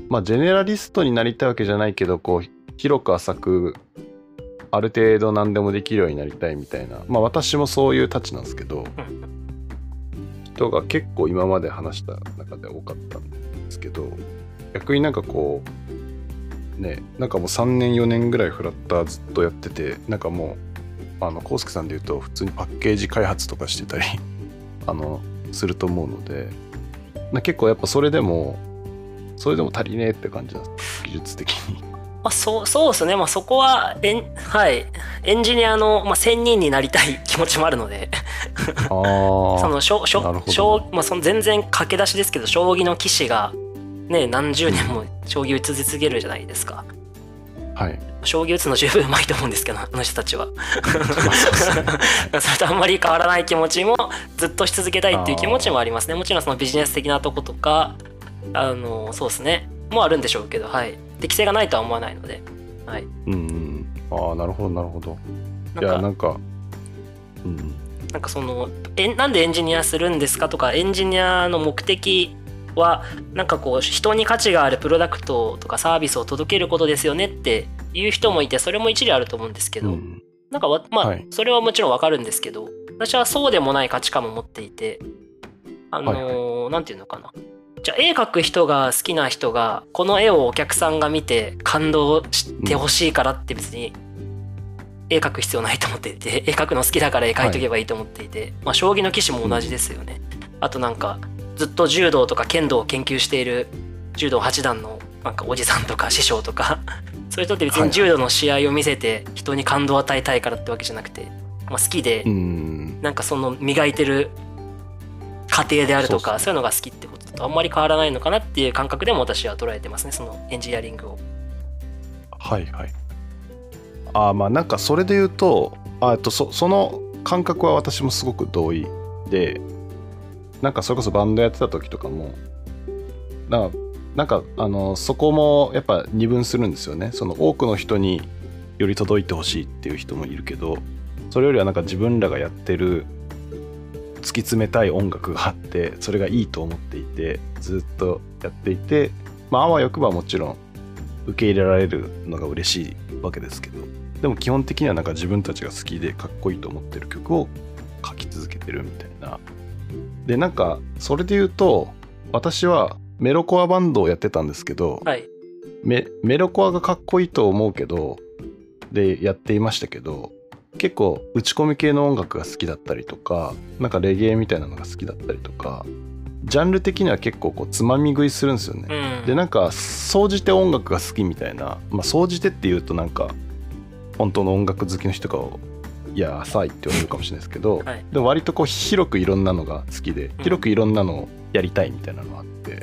まあジェネラリストになりたいわけじゃないけど、こう広く浅くある程度何でもできるようになりたいみたいな、まあ私もそういうたちなんですけど、人が結構今まで話した中で多かったんですけど、逆になんかこうね、なんかもうさんねんよねんぐらいフラッターずっとやってて、なんかもうあのコウスケさんで言うと普通にパッケージ開発とかしてたりあのすると思うので、な結構やっぱそれでもそれでも足りねえって感じなんです、技術的に。 まあ、そうそうですね、まあ、そこはエン、はい、エンジニアの、まあ、専任になりたい気持ちもあるのであそのしょしょしょ、まあ、その全然駆け出しですけど、将棋の棋士が、ね、何十年も将棋を打ち続けるじゃないですか。 はい、 将棋打つの十分うまいと思うんですけど、あの人たちはそれとあんまり変わらない気持ちもずっとし続けたいっていう気持ちもありますね。もちろんそのビジネス的なとことか、あのそうですねもあるんでしょうけど、はい、適性がないとは思わないので、はい、 うんうん、ああなるほどなるほど。いやなんか、うん、 なんかそのえなんでエンジニアするんですかとか、エンジニアの目的はなんかこう人に価値があるプロダクトとかサービスを届けることですよねっていう人もいて、それも一理あると思うんですけど、うん、なんかまあ、はい、それはもちろんわかるんですけど、私はそうでもない価値観も持っていて、あのーはいはい、なんていうのかな、じゃあ絵描く人が好きな人がこの絵をお客さんが見て感動してほしいからって別に絵描く必要ないと思っていて、絵描くの好きだから絵描いとけばいいと思っていて、はい、まあ将棋の棋士も同じですよね。あとなんかずっと柔道とか剣道を研究している柔道八段のなんかおじさんとか師匠とかそういう人って別に柔道の試合を見せて人に感動を与えたいからってわけじゃなくて、まあ、好きでなんかその磨いてる過程であるとか、そういうのが好きってこととあんまり変わらないのかなっていう感覚でも私は捉えてますね、そのエンジニアリングを。 はいはい。あまあなんかそれで言うと、あと そ, その感覚は私もすごく同意で、なんかそれこそバンドやってた時とかもなんかなんかあのそこもやっぱ二分するんですよね。その多くの人により届いてほしいっていう人もいるけど、それよりはなんか自分らがやってる突き詰めたい音楽があって、それがいいと思っていてずっとやっていて、まああわよくばもちろん受け入れられるのが嬉しいわけですけど、でも基本的にはなんか自分たちが好きでかっこいいと思ってる曲を書き続けてるみたいな。でなんかそれで言うと、私はメロコアバンドをやってたんですけど、 はい、 メ, メロコアがかっこいいと思うけどでやっていましたけど、結構打ち込み系の音楽が好きだったりとか、なんかレゲエみたいなのが好きだったりとか、ジャンル的には結構こうつまみ食いするんですよね、 うん、 でなんか総じて音楽が好きみたいな、まあ総じてっていうとなんか本当の音楽好きの人がいや浅いって言われるかもしれないですけど、はい、でも割とこう広くいろんなのが好きで、広くいろんなのをやりたいみたいなのがあって、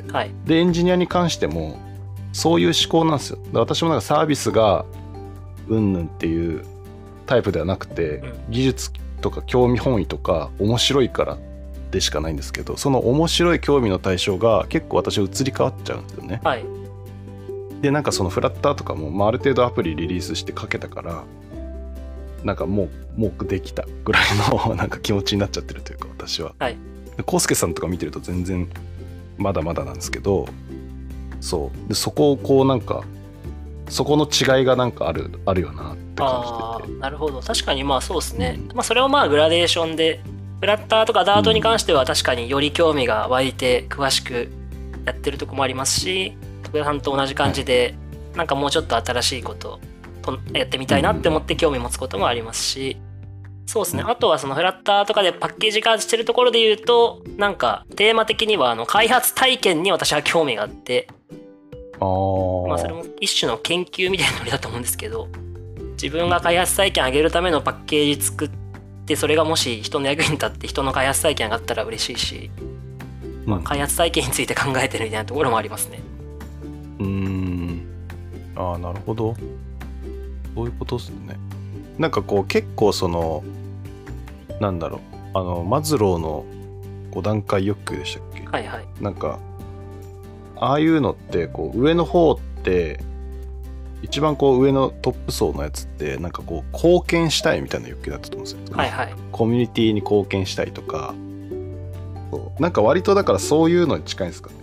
はい、 でエンジニアに関してもそういう思考なんですよ。で私もなんかサービスがうんぬんっていうタイプではなくて、うん、技術とか興味本位とか面白いからでしかないんですけど、その面白い興味の対象が結構私は移り変わっちゃうんですよね、 はい、 でなんかそのフラッターとかも、まあ、ある程度アプリリリースしてかけたから、なんかもうもうできたぐらいのなんか気持ちになっちゃってるというか、私は、 はい、 コウスケさんとか見てると全然まだまだなんですけど、そうでそこをこうなんかそこの違いがなんかあるあるよなって感じてて。 あなるほど、確かにまあそうですね、うん、まあそれをまあグラデーションで、フラッターとかダートに関しては確かにより興味が湧いて詳しくやってるとこもありますし、徳田さんと同じ感じでなんかもうちょっと新しいことやってみたいなって思って興味持つこともありますし、そうですね、あとはそのフラッターとかでパッケージ化してるところで言うと、なんかテーマ的にはあの開発体験に私は興味があって、 あまあそれも一種の研究みたいなのだと思うんですけど、自分が開発体験上げるためのパッケージ作って、それがもし人の役に立って人の開発体験があったら嬉しいし、まあ、開発体験について考えてるみたいなところもありますね。 うーん、ああなるほど、そういうことですね。なんかこう結構そのなんだろう、あのマズローのご段階欲求でしたっけ、 はいはい、 なんかああいうのってこう上の方って一番こう上のトップ層のやつってなんかこう貢献したいみたいな欲求だったと思うんですよ、 はいはい、 コミュニティに貢献したいとか、そうなんか割とだからそういうのに近いんですかね。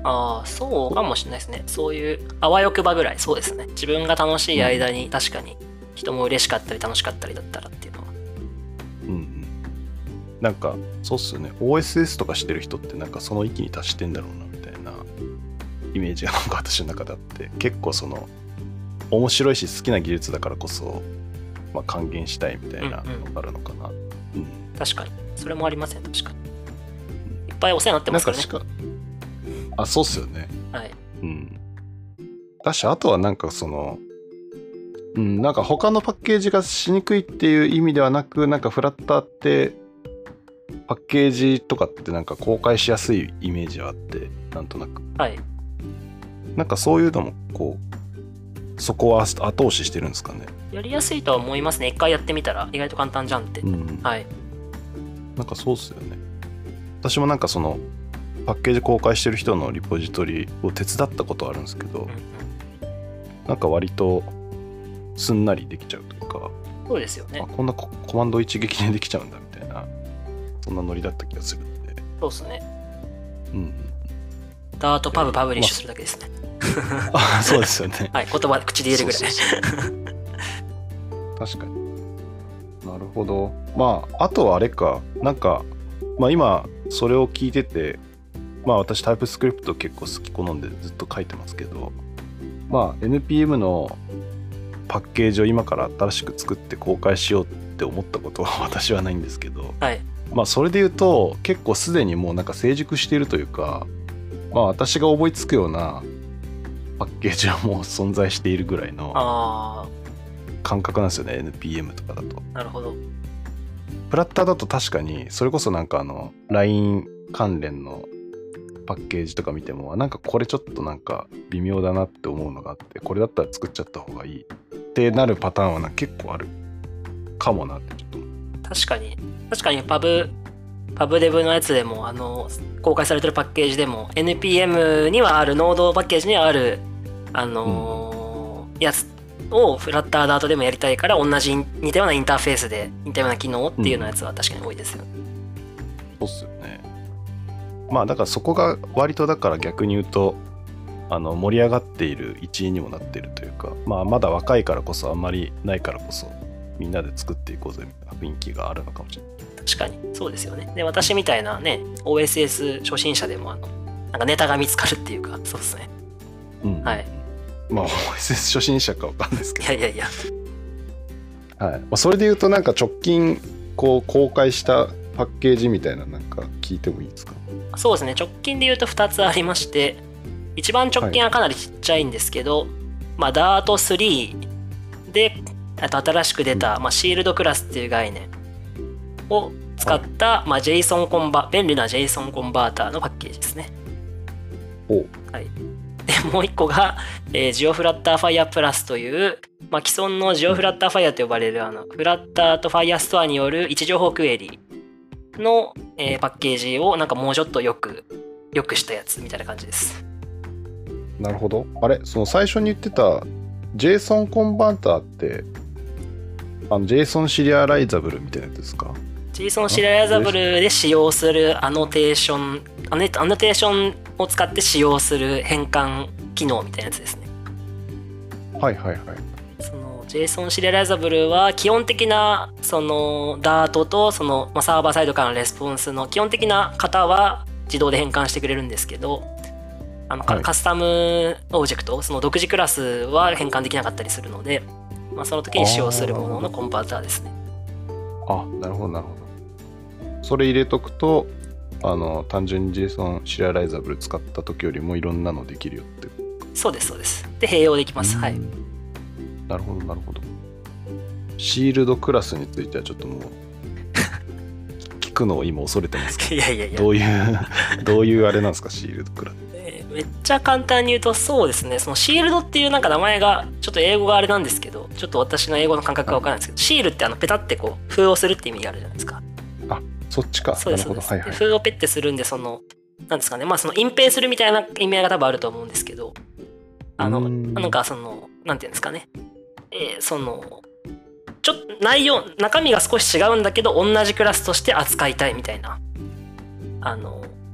ああ、そうかもしれないですね。そういうあわよくばぐらい、そうですね。自分が楽しい間に確かに人も嬉しかったり楽しかったりだったらっていうのは。 うんうん。なんかそうっすよね。オーエスエス とかしてる人ってなんかその域に達してんだろうなみたいなイメージがなんか私の中であって、結構その面白いし好きな技術だからこそ、まあ、還元したいみたいなのがあるのかな。うん、うんうん、確かにそれもありますね。確かにいっぱいお世話になってますからね。 なんかしかあ、そうっすよね。 はい。 うん。だし、あとはなんかその、うん、なんか他のパッケージがしにくいっていう意味ではなく、なんかフラッターってパッケージとかってなんか公開しやすいイメージはあって、なんとなく。 はい。 なんかそういうのもこう、そこは後押ししてるんですかね。 やりやすいとは思いますね。一回やってみたら意外と簡単じゃんって。うん、はい。 なんかそうっすよね。私もなんかその、パッケージ公開してる人のリポジトリを手伝ったことあるんですけど、うんうん、なんか割とすんなりできちゃうというか、 そうですよね。 こんな コ, コマンド一撃でできちゃうんだみたいな、そんなノリだった気がするんで。 そうですね。 うん。 ダートパブパブリッシュするだけですね。 まあ、あ、そうですよね。 はい、言葉口で言えるぐらい。そうそうそう確かに。なるほど。まああとはあれか、なんかまあ今それを聞いてて。まあ私タイプスクリプト結構好き好んでずっと書いてますけど、まあ エヌピーエム のパッケージを今から新しく作って公開しようって思ったことは私はないんですけど、 はい、 まあそれで言うと結構すでにもうなんか成熟しているというか、まあ私が思いつくようなパッケージはもう存在しているぐらいの感覚なんですよね。 エヌピーエム とかだと。 なるほど。 フラッターだと確かにそれこそなんかあの ライン 関連のパッケージとか見てもなんかこれちょっとなんか微妙だなって思うのがあって、これだったら作っちゃった方がいいってなるパターンはなんか結構あるかもなってちょっと。 確かに確かにパブパブデブのやつでもあの公開されてるパッケージでも エヌピーエム にはあるノードパッケージにはあるあのーうん、やつをフラッターダートでもやりたいから同じ似たようなインターフェースで似たような機能っていうようなやつは確かに多いですよ、 うん、そうっすよね。まあだからそこが割とだから逆に言うとあの盛り上がっている一因にもなっているというか、まあまだ若いからこそあんまりないからこそみんなで作っていこうぜみたいな雰囲気があるのかもしれない。 確かにそうですよね。で私みたいなね オーエスエス 初心者でもあのなんかネタが見つかるっていうか、そうですね。 うん、はい。まあ オーエスエス 初心者かわかんないですけど。 いやいやいや。 はい。まあ、それで言うとなんか直近こう公開したパッケージみたいななんか聞いてもいいですか？ そうですね。直近で言うとふたつありまして、一番直近はかなりちっちゃいんですけど、はい、まあ ダートスリー であと新しく出た、うんまあ、シールドクラスっていう概念を使った、はいまあ、JSON コンバ便利な JSON コンバーターのパッケージですね。 おはい。でもう一個が、えー、ジオフラッターファイアプラスという、まあ、既存のジオフラッターファイアと呼ばれるあのフラッターとファイアストアによる位置情報クエリの、えー、パッケージをなんかもうちょっとよくよくしたやつみたいな感じです。 なるほど。あれその最初に言ってた JSON コンバーターってあの JSON シリアライザブルみたいなやつですか？ JSON シリアライザブルで使用するアノテーションアノテーションを使って使用する変換機能みたいなやつですね。 はいはいはい。 その JSON シリアライザブルは基本的なそのダートとその、まあ、サーバーサイドからのレスポンスの基本的な型は自動で変換してくれるんですけど、あの、はい、カスタムオブジェクトその独自クラスは変換できなかったりするので、まあ、その時に使用するもののコンバーターですね。 あ、なるほどなるほど。それ入れとくとあの単純に JSON シリアライザブル使った時よりもいろんなのできるよって。 そうですそうです。で併用できます。はい。 なるほどなるほど。シールドクラスについてはちょっともう聞くのを今恐れてますけど。 いやいやいや。 どういうどういうあれなんですかシールドクラス。 えー、めっちゃ簡単に言うとそうですね。そのシールドっていうなんか名前がちょっと英語があれなんですけど、ちょっと私の英語の感覚がわからないんですけど、シールってあのペタってこう封をするって意味があるじゃないですか。 あ、そっちか。 そうですそうです。はいはい、封をペッてするんでそのなんですかね、まあその隠蔽するみたいな意味合いが多分あると思うんですけど、あのなんかそのなんていうんですかね、えー、そのちょっと内容中身が少し違うんだけど同じクラスとして扱いたいみたいなあの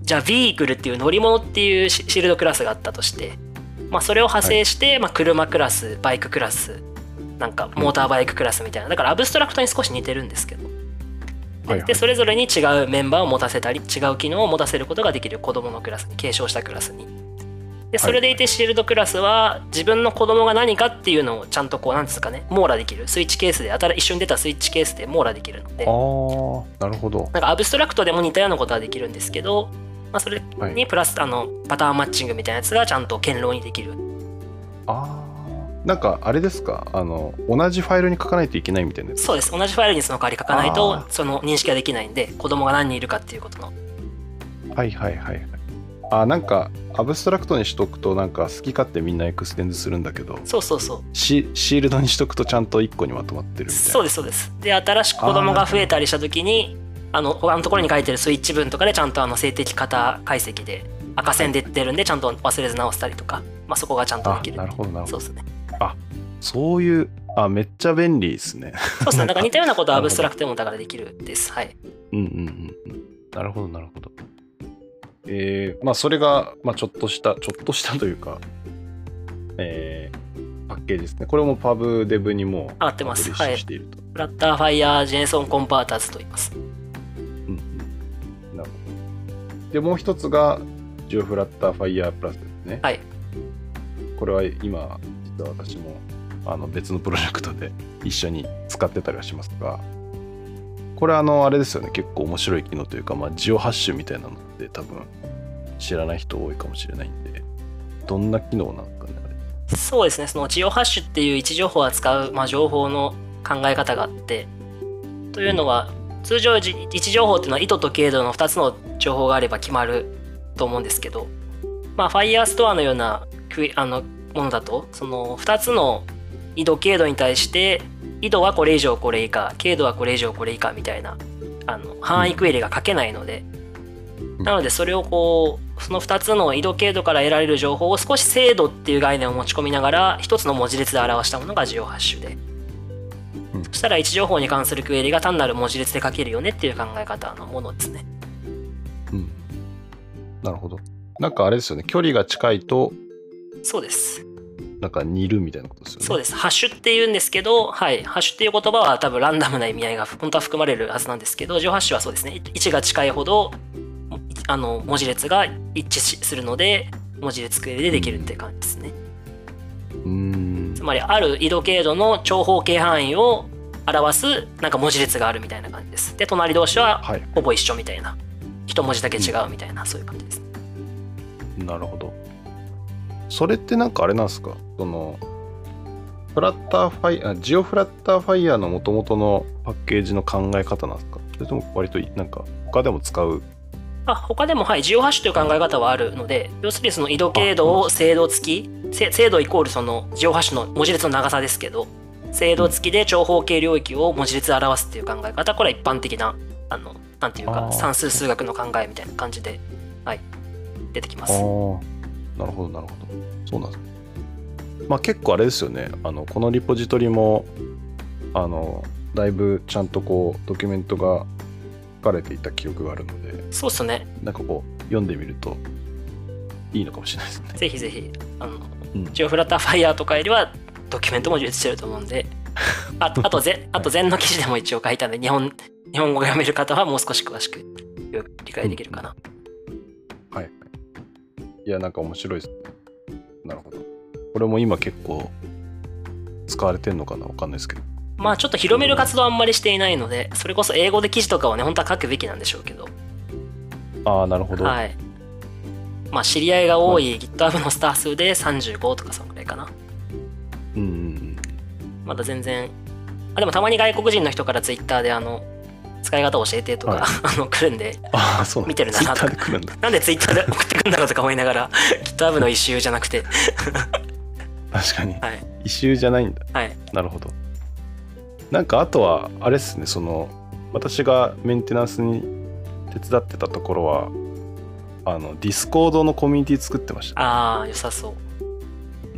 じゃあビークルっていう乗り物っていうシールドクラスがあったとして、まあ、それを派生して、はい、まあ、車クラス、バイククラス、なんかモーターバイククラスみたいな、だからアブストラクトに少し似てるんですけど、で, でそれぞれに違うメンバーを持たせたり違う機能を持たせることができる子供のクラスに、継承したクラスに。でそれでいてシールドクラスは自分の子供が何かっていうのをちゃんとこうなんですかね、網羅できる、スイッチケースで一緒に出たスイッチケースで網羅できるので、 ああ、なるほど。 なんかアブストラクトでも似たようなことはできるんですけど、まあ、それにプラス、はい、あのパターンマッチングみたいなやつがちゃんと堅牢にできる。 ああ、なんかあれですか、あの同じファイルに書かないといけないみたいなやつ。 そうです、同じファイルにその代わり書かないとその認識ができないんで、子供が何人いるかっていうことの。 はいはいはいはい。あ、なんかアブストラクトにしとくとなんか好き勝手みんなエクステンドするんだけど、 そうそうそう、 シ, シールドにしとくとちゃんといっこにまとまってるみたいな。 そうですそうです。で新しく子供が増えたりした時にあの他のところに書いてるスイッチ文とかでちゃんとあの静的型解析で赤線で出るんでちゃんと忘れず直したりとか、まあ、そこがちゃんとできる。 なるほどなるほど。 そうですね。 あ、そういう、あ、めっちゃ便利ですね。 そうですね。なんか似たようなことはアブストラクトでもだからできるです。はい。 うんうんうんうん。なるほどなるほど。えー、まあそれが、まあ、ちょっとしたちょっとしたというか、えー、パッケージですね。これもパブデブにも上がってます。 はい。していると。 フラッターファイヤージェイソンコンパーターズと言います。 うん、なるほど。でもう一つがジオフラッターファイヤープラスですね。 はい。 これは今実は私もあの別のプロジェクトで一緒に使ってたりはしますが、これあのあれですよね、結構面白い機能というか、まあ、ジオハッシュみたいなのって多分知らない人多いかもしれないんで、どんな機能なんですかね、あれ。 そうですね、そのジオハッシュっていう位置情報を扱う、まあ、情報の考え方があって、というのは、うん、通常位置情報っていうのは意図と経度のふたつの情報があれば決まると思うんですけど、まあ、Firestore のようなあのものだと、そのふたつの緯度経度に対して緯度はこれ以上これ以下、経度はこれ以上これ以下みたいなあの範囲クエリが書けないので、うん、なのでそれをこうそのふたつの緯度経度から得られる情報を少し精度っていう概念を持ち込みながらひとつの文字列で表したものがジオハッシュで、うん、そしたら位置情報に関するクエリが単なる文字列で書けるよねっていう考え方のものですね。 うん、なるほど。なんかあれですよね、距離が近いと、 そうです。 なんか似るみたいなことですよね。 そうです。ハッシュって言うんですけど、はい、ハッシュっていう言葉は多分ランダムな意味合いが本当は含まれるはずなんですけど、ジオハッシュはそうですね、位置が近いほどあの文字列が一致するので、文字列クエリでできるっていう感じですね。 うーん、 つまりある緯度経度の長方形範囲を表すなんか文字列があるみたいな感じです。で、隣同士はほぼ一緒みたいな、はい、一文字だけ違うみたいな、うん、そういう感じです。 なるほど。それってなんかあれなんですか、そのフラッターファイあジオフラッターファイヤーの元々のパッケージの考え方なんですか、それとも割となんか他でも使う。 あ、他でも、はい、ジオハッシュという考え方はあるので、要するにその緯度経度を精度付き、精度イコールそのジオハッシュの文字列の長さですけど、精度付きで長方形領域を文字列で表すっていう考え方、これは一般的なあのなんていうか算数数学の考えみたいな感じで、はい、出てきます。 あ、なるほどなるほど、そうなんですね。まあ結構あれですよね、あのこのリポジトリもあのだいぶちゃんとこうドキュメントが書かれていた記憶があるので、 そうですね、 なんかこう読んでみるといいのかもしれないですね。ぜひぜひあの、うん、ジオフラッターファイヤーとかよりはドキュメントも充実してると思うんで、あ, あとぜあと禅の記事でも一応書いたんで、日本日本語が読める方はもう少し詳しく理解できるかな。 うん、はい。いや、なんか面白いですね。なるほど。これも今結構使われてんのかな、わかんないですけど。 まあちょっと広める活動はあんまりしていないので、それこそ英語で記事とかはね、本当は書くべきなんでしょうけど。 ああ、なるほど。 はい。まあ知り合いが多い GitHub のスター数でさんじゅうごとかそのくらいかな。 うんうんうん。まだ全然。あ、でもたまに外国人の人から Twitter であの、使い方教えてとか、はい、あの来るんで、 あ、そうなん見てるなとか。なんで Twitter で送ってくるんだろうとか思いながら、GitHub のイシューじゃなくて。 確かに、 はい、 イシューじゃないんだ。 はい。 なるほど。なんかあとはあれですね、その私がメンテナンスに手伝ってたところは、あのディスコードのコミュニティ作ってました、ね。 ああ、良さそう。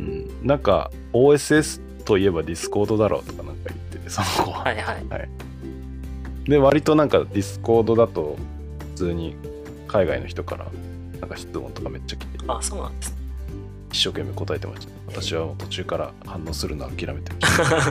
うん、なんか オーエスエス といえばディスコードだろうとかなんか言ってて、その子は。 はいはい。 はい、で割となんかディスコードだと普通に海外の人からなんか質問とかめっちゃ来て、 あ、そうなんです。 一生懸命答えてました。私はもう途中から反応するのは諦めてました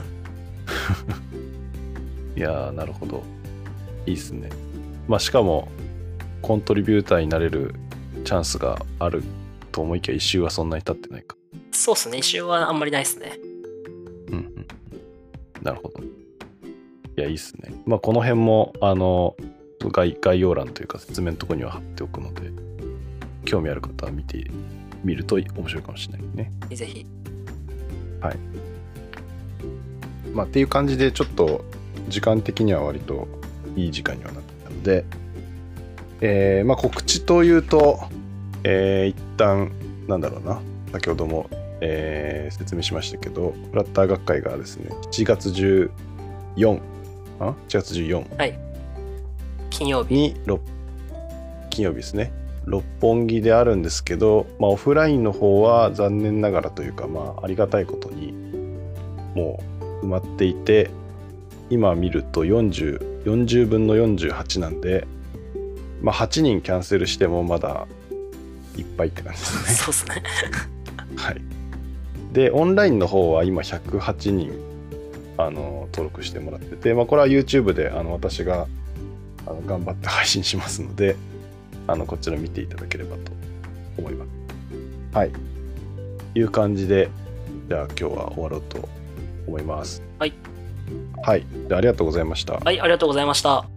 いやー、なるほど、いいっすね。まあしかもコントリビューターになれるチャンスがあると思いきや、一周はそんなに経ってないか。 そうですね、一周はあんまりないですね。 うんうん。なるほど。いや、いいっすね。まあこの辺もあの 概, 概要欄というか説明のところには貼っておくので、興味ある方は見てみると面白いかもしれないね。 ぜひ。 はい。まあっていう感じで、ちょっと時間的には割といい時間にはなったので、えー、まあ告知というと、えー、一旦なんだろうな、先ほども、えー、説明しましたけど、フラッター学会がですね、しちがつじゅうよっか、あしちがつじゅうよっか、 はい、金曜日に金曜日ですね、六本木であるんですけど、まあ、オフラインの方は残念ながらというか、まあ、ありがたいことにもう埋まっていて、今見るとよんじゅう、よんじゅうぶんのよんじゅうはちなんで、まあ、はちにんキャンセルしてもまだいっぱいって感じですね。 そうですねはい。で、オンラインの方は今ひゃくはちにんあの登録してもらってて、まあ、これは YouTube であの私があの頑張って配信しますので、あのこちら見ていただければと思います。はい。いう感じで、じゃあ今日は終わろうと思います。 はい。 はい。で、ありがとうございました。 はい、ありがとうございました。